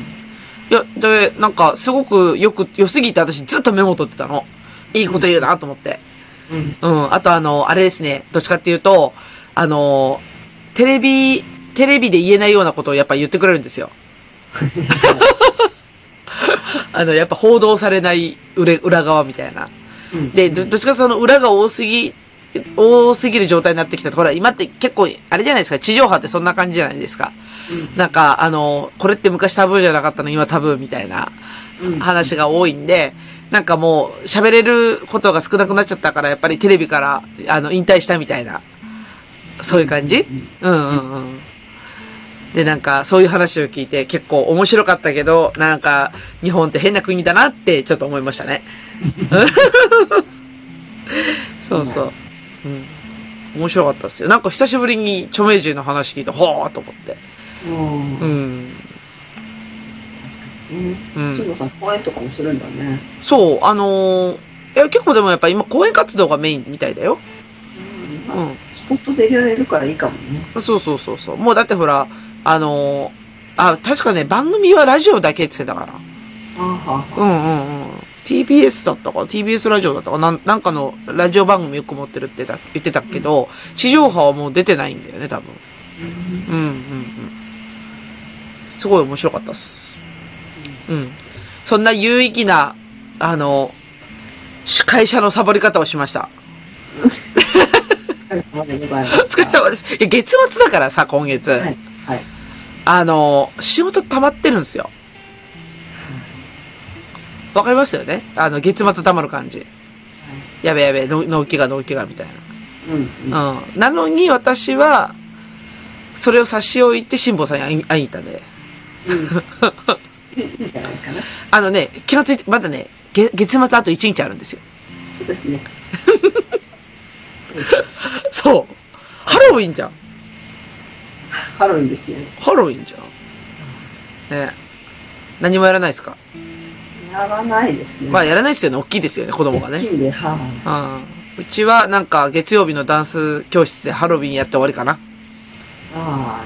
いや、で、なんか、すごくよく、良すぎて私ずっとメモ取ってたの。いいこと言うなと思って。うん。うん。あとあの、あれですね、どっちかっていうと、あの、テレビ、テレビで言えないようなことをやっぱ言ってくれるんですよ。あの、やっぱ報道されない裏、裏側みたいな。うん、で、ど、どっちかその裏が多すぎ、多すぎる状態になってきたところは、今って結構、あれじゃないですか、地上波ってそんな感じじゃないですか。うん、なんか、あの、これって昔タブーじゃなかったの、今タブーみたいな話が多いんで、なんかもう、喋れることが少なくなっちゃったから、やっぱりテレビから、あの、引退したみたいな、そういう感じ？うんうんうん。で、なんか、そういう話を聞いて結構面白かったけど、なんか、日本って変な国だなってちょっと思いましたね。そうそう。うん。面白かったですよ。なんか久しぶりに著名人の話聞いて、ほーと思って。うん。うん。 確かにね。うん。慎吾さん、講演とかもするんだね。 そう、あのー、いや、結構でもやっぱ今講演活動がメインみたいだよ。 うん。うん。スポット出られるからいいかもね。 そうそうそうそう。もうだってほら、あのー、あ、確かね、番組はラジオだけって言ってたから。あはは。うんうんうん。ティービーエス だったか ?ティービーエス ラジオだったかなん、なんかのラジオ番組よく持ってるって言ってたけど、うん、地上波はもう出てないんだよね、多分。うん、うん、うん。すごい面白かったっす。うん。そんな有意義な、あの、会社のサボり方をしました。 お疲れ様でございます。 お疲れ様です。いや、月末だからさ、今月。はい。はい。あの、仕事溜まってるんですよ。わかりますよね？あの、月末溜まる感じ。はい、やべやべ、納期が納期が、みたいな。うん、うん。うん。なのに私は、それを差し置いて辛坊さんに会いに行ったんで。 うん。いいんじゃないかな。 あのね、気がついて、まだね、月月末あといちにちあるんですよ。 そうですね。 そう。ハロウィンじゃん。 ハロウィンですね。 ハロウィンじゃん。ね。何もやらないですか？ やらないですね。 まあやらないですよね。大きいですよね、子供がね。 大きいんで、はあ、うん。うちはなんか月曜日のダンス教室でハロウィンやって終わりかな。ああ。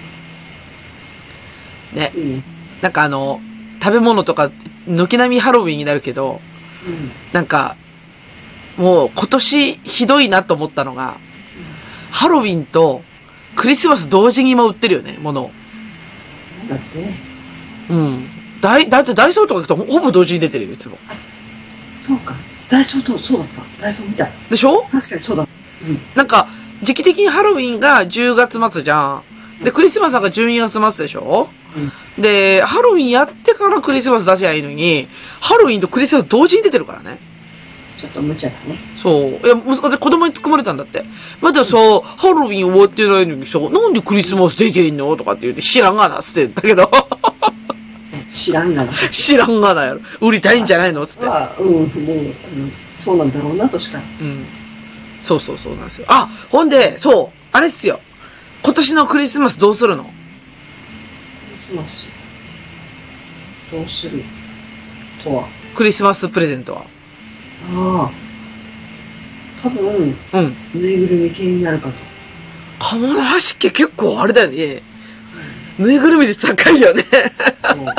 うん。ね。いいね。なんかあの、食べ物とか、軒並みハロウィンになるけど、うん、なんか、 もう今年ひどいなと思ったのが、ハロウィンとクリスマス同時に今売ってるよね、もの。 なんだってね。 うん。だい、だいたいダイソーとか行くとほぼ同時に出てるよ、いつも。 そうか。ダイソーと、そうだった。ダイソーみたい。 でしょ？ 確かにそうだ。うん。 なんか、時期的にハロウィンがじゅうがつ末じゃん。で、クリスマスがじゅうにがつ末でしょ？うん、で、ハロウィンやってからクリスマス出せばいいのに、ハロウィンとクリスマス同時に出てるからね。 ちょっと無茶だね。 そう。いや、息子で子供に突っ込まれたんだって。まださ、うん、ハロウィン終わってないのにさ、なんでクリスマス出てんのとかって言って、知らんがなっつって言ったけど。 知らんがな。 知らんがなやろ。売りたいんじゃないのつって。 ああ、うん、もう、うん、そうなんだろうなとしか。 うん。そうそうそうなんですよ。あ、ほんで、そう、あれっすよ。今年のクリスマスどうするの？クリスマス。どうするとは。 クリスマスプレゼントは。 ああ。多分、 うん。 ぬいぐるみ系になるかと。 鴨の橋家結構あれだよね。ぬいぐるみで高いよね。そう。だから、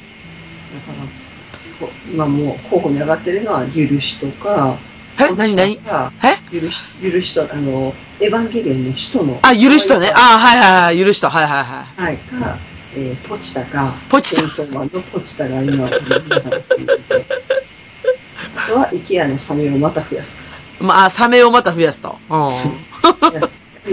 今もう候補に上がってるのは、許しとか、 え何何え許し、許しと、あの、エヴァンゲリオンの使徒の。 あ、許しとね。あ、はいはいはい。許しと。はいはいはい。 はい。か、えー、ポチタか。 ポチタ。 チェンソーマンのポチタが今、皆さん聞いてて。あとは、イケアのサメをまた増やす。 まあ、サメをまた増やすと。うん。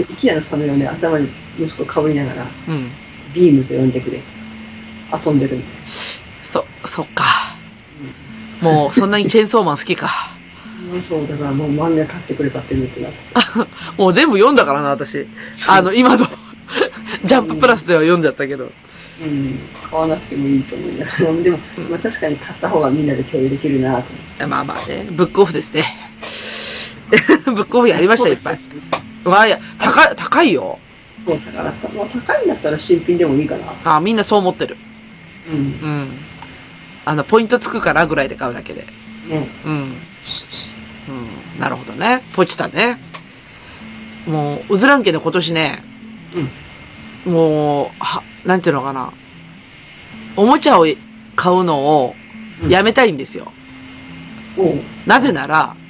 イケアのサメをね、頭に息子かぶりながら、 うん。 ビームと呼んでくれ。遊んでるみたいな。 そ、そっか。うん、もう、そんなにチェーンソーマン好きか。 そう、だからもう漫画買ってくれ買ってくれってなって。 もう全部読んだからな、私。あの、今の、ジャンププラスでは読んじゃったけど。 うん。買わなくてもいいと思いながら。でも、まあ確かに買った方がみんなで共有できるなと思って。 まあまあね、ブックオフですね。ブックオフやりました、いっぱい。まあいや、高い、高いよ。 そう、高かった。まあ高いんだったら新品でもいいかな。 あ、みんなそう思ってる。 うん。うん。あの、ポイントつくからぐらいで買うだけで。 ね。 うん。うん。なるほどね。ポチタね。もう、うずらんけど今年ね、うん、もう、は、なんていうのかな。おもちゃを買うのをやめたいんですよ。 うん、 なぜなら、はい、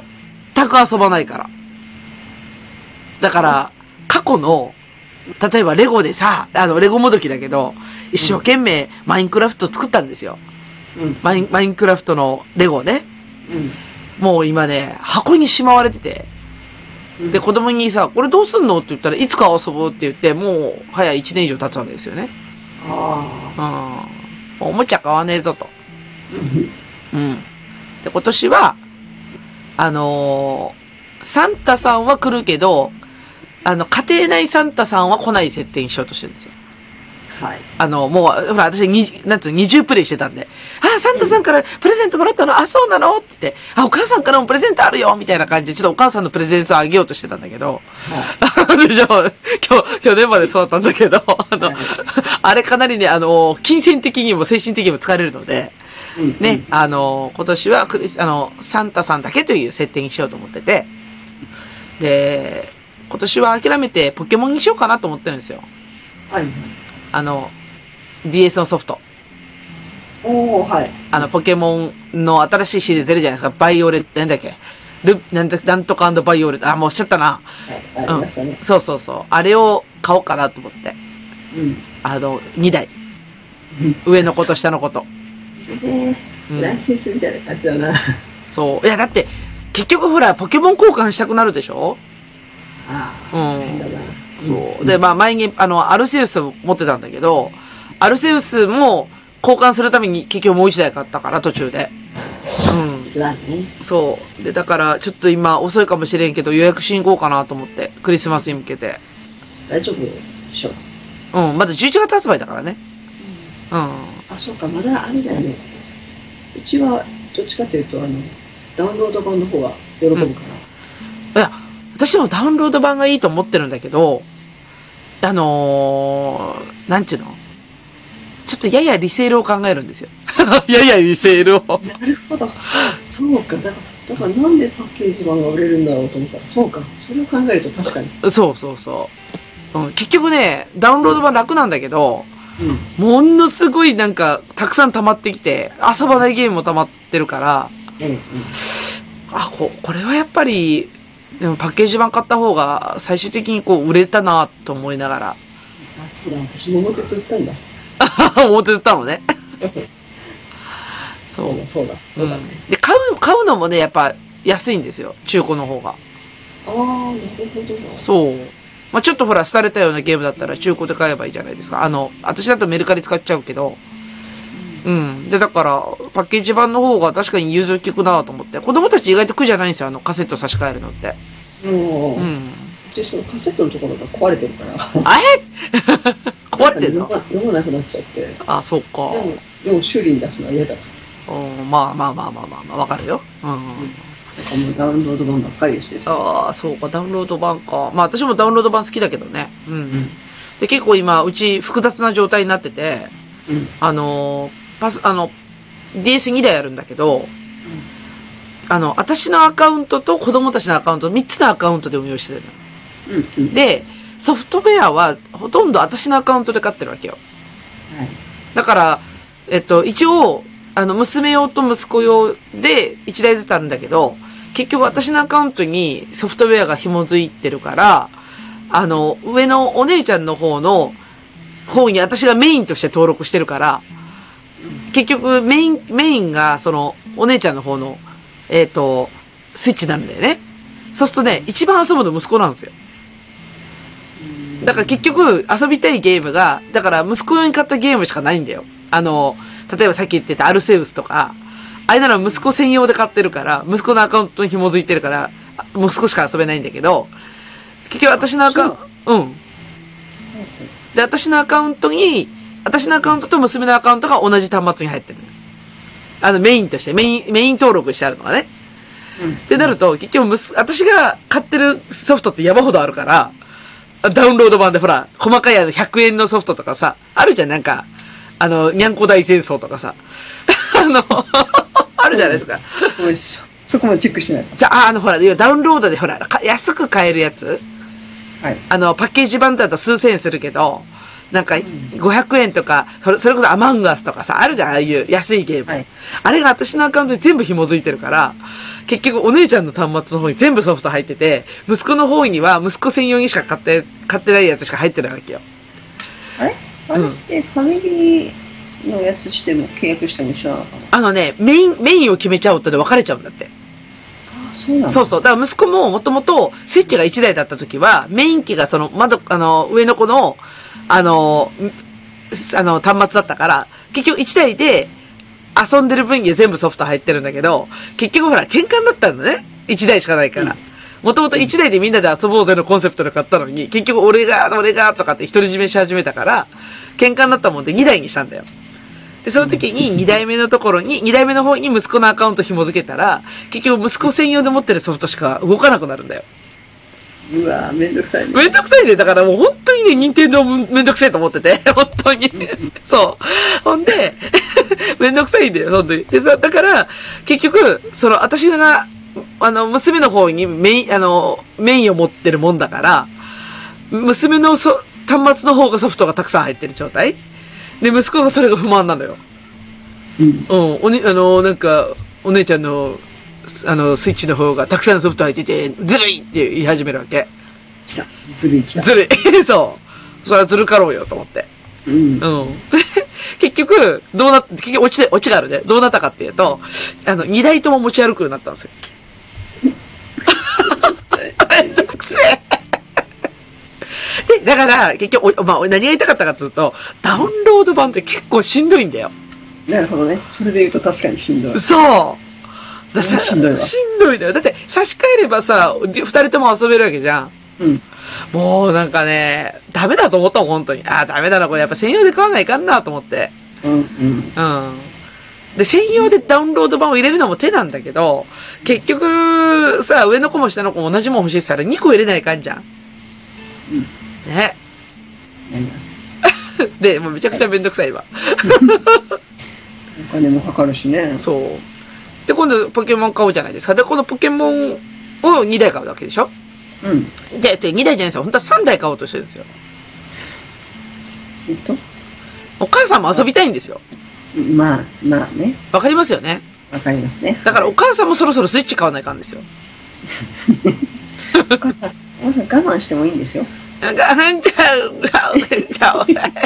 全く遊ばないから。だから、過去の、例えばレゴでさ、あの、レゴもどきだけど、一生懸命マインクラフト作ったんですよ。うん、マイン、マインクラフトのレゴね。うん、もう今ね、箱にしまわれてて。で、子供にさ、これどうすんのって言ったら、いつか遊ぼうって言って、もう、早いちねん以上経つわけですよね。ああ。うん。おもちゃ買わねえぞと。うん。で、今年は、あのー、サンタさんは来るけど、あの、家庭内サンタさんは来ない設定にしようとしてるんですよ。はい。あの、もう、ほら、私、に、なんつうの、二重プレイしてたんで、あ、サンタさんからプレゼントもらったの、あ、そうなのって言って、あ、お母さんからもプレゼントあるよみたいな感じで、ちょっとお母さんのプレゼントをあげようとしてたんだけど、はい、でしょ、今日、去年までそうだったんだけど、あの、はい、あれかなりね、あの、金銭的にも精神的にも疲れるので、うん、ね、あの、今年はクリス、あの、サンタさんだけという設定にしようと思ってて、で、今年は諦めてポケモンにしようかなと思ってるんですよ。はい。あの、ディーエス のソフト。 おー、はい。 あの、ポケモンの新しいシリーズ出るじゃないですか。バイオレット、なんだっけル、なんだ、なんとかバイオレット。あ、もうおっしゃったな。 はい、ありましたね、 うん。そうそうそう。あれを買おうかなと思って。うん。あの、にだい。上の子と下の子と。 ええー、ライセンスみたいな感じだな。 そう。いや、だって、結局ほら、ポケモン交換したくなるでしょ？ ああ。うん。 そう。で、まあ前に、あの、アルセウスを持ってたんだけど、アルセウスも交換するために結局もう一台買ったから、途中で。うん。 ね、 そう。で、だから、ちょっと今遅いかもしれんけど、予約しに行こうかなと思って、クリスマスに向けて。 大丈夫でしょ。 うん、まだじゅういちがつ発売だからね。うん。うん、 あ、そうか、まだあれだよね。うちは、どっちかというと、あの、ダウンロード版の方が喜ぶから。うん、いや、私もダウンロード版がいいと思ってるんだけど、あのー、なんちゅうのちょっとややリセールを考えるんですよ。ややリセールを。 なるほど。そうか。だから、だからなんでパッケージ版が売れるんだろうと思ったら、そうか。それを考えると確かに。 そうそうそう。うん、結局ね、ダウンロード版楽なんだけど、うん、ものすごいなんか、たくさん溜まってきて、遊ばないゲームも溜まってるから、 うんうん。 あ、こ、これはやっぱり、でもパッケージ版買った方が最終的にこう売れたなと思いながら。 あ、そうだ、私桃鉄売ったんだ。 思ってたのね。 そうだ、そうだ、そうだね。 で、買う、買うのもね、やっぱ安いんですよ。中古の方が。 ああ、なるほど。 そう。まあちょっとほら、廃れたようなゲームだったら中古で買えばいいじゃないですか。あの、私だとメルカリ使っちゃうけど。うん。で、だから、パッケージ版の方が確かに融通効くなと思って。子供たち意外と苦じゃないんですよ。あの、カセット差し替えるのって。 うん。 うん。 うちそのカセットのところが壊れてるから。 あえ壊れてんの？ 読まなくなっちゃって。 あ、そうか。 でも、でも修理に出すのは嫌だと。 うん、まあまあまあまあまあまあ、わかるよ。うん。うん、 もうダウンロード版ばっかりでして。 ああ、そうか、ダウンロード版か。まあ私もダウンロード版好きだけどね。うん。うん、で、結構今、うち複雑な状態になってて、うん、あの、パス、あの、ディーエスに 台あるんだけど、うん、あの、私のアカウントと子供たちのアカウント、みっつのアカウントで運用してるの。うんうん、で、ソフトウェアはほとんど私のアカウントで買ってるわけよ。はい、だから、えっと、一応、あの、娘用と息子用でいちだいずつあるんだけど、結局私のアカウントにソフトウェアが紐づいてるから、あの、上のお姉ちゃんの方の方に私がメインとして登録してるから、結局メイン、メインがそのお姉ちゃんの方の、えっと、スイッチなんだよね。そうするとね、一番遊ぶの息子なんですよ。だから結局遊びたいゲームが、だから息子用に買ったゲームしかないんだよ。あの、例えばさっき言ってたアルセウスとか、あれなら息子専用で買ってるから、息子のアカウントに紐づいてるから、息子しか遊べないんだけど、結局私のアカウント、うん。で、私のアカウントに、私のアカウントと娘のアカウントが同じ端末に入ってる。あのメインとして、メイン、メイン登録してあるのがね。うん。ってなると、結局、私が買ってるソフトって山ほどあるから、ダウンロード版でほら、細かいあのひゃくえんのソフトとかさ、あるじゃん、なんか、あの、にゃんこ大戦争とかさ。あの、あるじゃないですか。 おいしょ。そこもチェックしないと。 じゃあ、あの、ほら、ダウンロードでほら、安く買えるやつ。はい。あの、パッケージ版だと数千円するけど、なんか、ごひゃくえんとか、それこそアマンガスとかさ、あるじゃん、ああいう安いゲーム。はい。あれが私のアカウントで全部紐づいてるから、結局お姉ちゃんの端末の方に全部ソフト入ってて、息子の方には息子専用にしか買って、買ってないやつしか入ってないわけよ。 あれあれってファミリーのやつしても契約しても一緒なのかな？ あのね、メイン、メインを決めちゃうとで分かれちゃうんだって。 あ、そうなんだ。 そうそう。だから息子ももともとスイッチがいちだいだった時は、メイン機がその窓、あの、上の子の、あの、あの、端末だったから、結局いちだいで遊んでる分には全部ソフト入ってるんだけど、結局ほら、喧嘩になったんだね。いちだいしかないから。もともといちだいでみんなで遊ぼうぜのコンセプトで買ったのに、結局俺が、俺が、とかって独り占めし始めたから、喧嘩になったもんでにだいにしたんだよ。で、その時ににだいめのところに、にだいめの方に息子のアカウント紐付けたら、結局息子専用で持ってるソフトしか動かなくなるんだよ。 うわぁ、めんどくさいね。 めんどくさいね。だからもう本当にね、任天堂めんどくさいと思ってて。本当に。そう。ほんで、めんどくさいんだよ、本当に。でさ、だから、結局、その、私が、あの、娘の方にメイン、あの、メインを持ってるもんだから、娘のそ端末の方がソフトがたくさん入ってる状態で、息子がそれが不満なのよ。うん。うん。おに、あの、なんか、お姉ちゃんの、あの、スイッチの方がたくさんのソフト入ってて、ずるいって言い始めるわけ。 来た。ずるい来た。 ずるい。そう。それはずるかろうよ、と思って。うん。うん。結局、どうなって、結局、落ちて、落ちがあるね。どうなったかっていうと、あの、二台とも持ち歩くようになったんですよ。めんどくせえ。で、だから、結局、まあ、何が言いたかったかっていうと、ダウンロード版って結構しんどいんだよ。 なるほどね。それで言うと確かにしんどい。 そう。だしんどいわ。 しんどいんだよ。だって、差し替えればさ、二人とも遊べるわけじゃん。うん。もうなんかね、ダメだと思ったもん、本当に。ああ、ダメだな、これやっぱ専用で買わないかんなと思って。うん、うん。うん。で、専用でダウンロード版を入れるのも手なんだけど、結局、さ、上の子も下の子も同じもん欲しいって言ったらにこ入れないかんじゃん。うん。ね。 やります。 で、もうめちゃくちゃめんどくさいわ。 お金もかかるしね。 そう。で、今度ポケモン買おうじゃないですか。で、このポケモンをにだい買うわけでしょ？うん。で、でにだいじゃないですよ。本当はさんだい買おうとしてるんですよ。 えっとお母さんも遊びたいんですよ。 まあ、まあね。 わかりますよね。 わかりますね。 だからお母さんもそろそろスイッチ買わないかんですよ。 お母さん、お母さん我慢してもいいんですよ。 我慢ちゃう、ちゃう。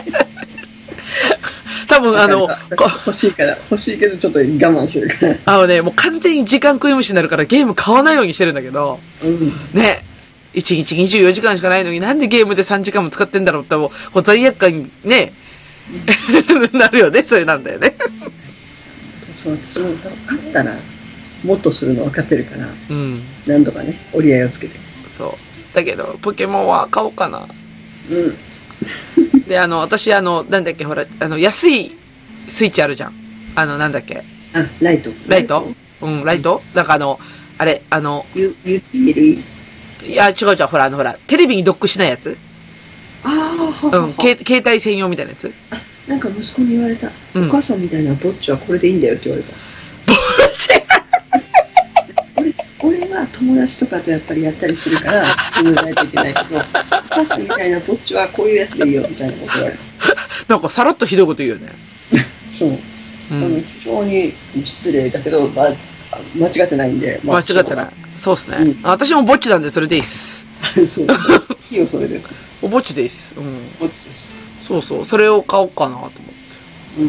多分あの、 欲しいから、欲しいけどちょっと我慢してるから。 あのね、もう完全に時間食い虫になるからゲーム買わないようにしてるんだけど、 うん、 ね。いちにちにじゅうよじかんしかないのになんでゲームでさんじかんも使ってんだろうって、もう罪悪感にね、なるよね、それなんだよね。 そう、私も勝ったら、もっとするの分かってるから、 うん。 なんとかね、折り合いをつけて。 そう。だけど、ポケモンは買おうかな。 うん。 で、あの、私、あの、なんだっけ、ほら、あの、安いスイッチあるじゃん。あの、なんだっけ。 あ、ライト。 ライトうん、ライトなんかあの、あれ、あの、 ユ、ユーティーエルイー？ いや、違う違う、ほら、あの、ほら、テレビにドックしないやつああ、 うん、け携帯専用みたいなやつあ、なんか息子に言われた。 うんお母さんみたいなぼっちはこれでいいんだよって言われた。 ぼっち俺、俺は友達とかとやっぱりやったりするから、自分ないといけないけど、お母さんみたいなぼっちはこういうやつでいいよみたいなこと言われた。 なんかさらっとひどいこと言うよね。 そう。 うあのん。 非常に失礼だけど、まあ、間違ってないんで。まあ、 間違ってない。そうっすね。 うん私もぼっちなんでそれでいいっす。 そう。いいよ、それで。 おぼっちでいいっす。うん。 ぼっちです。 そうそう。それを買おうかなと思って。 うんうん。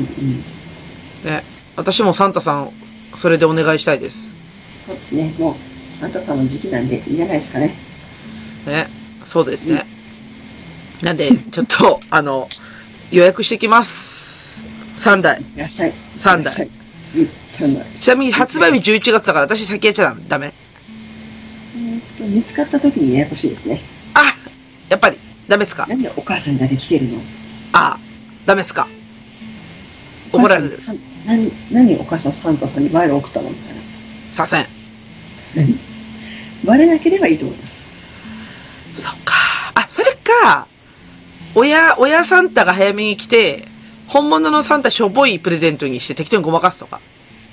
ね。私もサンタさん、それでお願いしたいです。 そうですね。もう、サンタさんの時期なんでいいんじゃないですかね。 ね。そうですね。なんで、ちょっと、あの、予約してきます。さんだい。 いらっしゃい。 さんだいいらっしゃい。うん、さんだい。 ちなみに発売日じゅういちがつだから私先やっちゃダメ。 えーっと、見つかった時にややこしいですね。 あやっぱり、ダメっすかなんでお母さんだけ来てるの？ あダメっすか怒られる。 何、何お母さんサンタさんにマイル送ったのみたいな。 させん。 何バレなければいいと思います。 そっか。あ、それか、親、親サンタが早めに来て、本物のサンタしょぼいプレゼントにして適当にごまかすとか。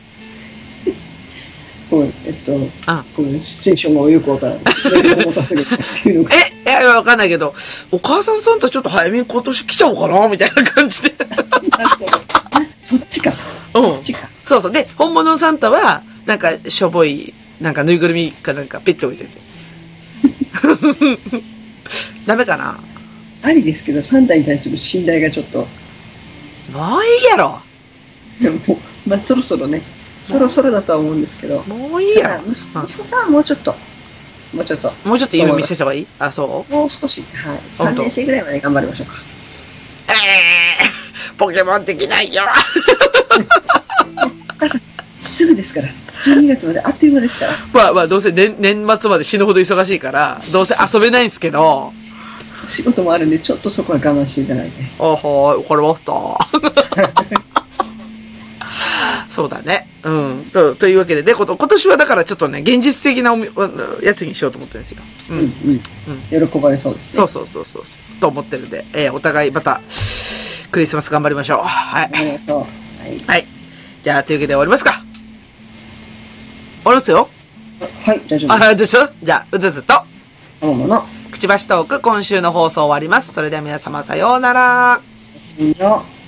ごめん、えっと、 あごめん、シチュエーションがよくわからない。ごまかせるっていうのが。 え、いや、わかんないけど、お母さんサンタちょっと早めに今年来ちゃおうかなみたいな感じで。 なるほど。あ、そっちか。 うんそっちか。 そうそう。で、本物のサンタは、なんか、しょぼい、なんかぬいぐるみかなんか、ペッて置いてて。ダメかなありですけど、サンタに対する信頼がちょっと、 もういいやろ。 でも、まあ、そろそろね、そろそろだとは思うんですけど、 もういいやろ。 息子息子さんはもうちょっと、もうちょっと、 もうちょっと夢見せた方がいいあ、そうもう少し、はい、さんねん生ぐらいまで頑張りましょうか。 ええー、ポケモンできないよ。 すぐですから、じゅうにがつまであっという間ですから。 まあまあ、どうせ年、年末まで死ぬほど忙しいから、どうせ遊べないんですけど。 仕事もあるんで、ちょっとそこは我慢していただいて。 あはーい、わかりました。そうだね。うん。と、というわけでね、こと今年はだからちょっとね、現実的なおみやつにしようと思ってるんですよ。う。 うんんうん。喜ばれそうですね。 そうそうそうそう。と思ってるんで、えー、お互いまた、クリスマス頑張りましょう。はい。 ありがとう。はい。 はい。じゃあ、というわけで終わりますか。終わりますよ。 はい、大丈夫です。 あ、でしょじゃあ、うずずと、 おもの。 くちばしトーク、今週の放送終わります。それでは皆様さようなら。 いいよ。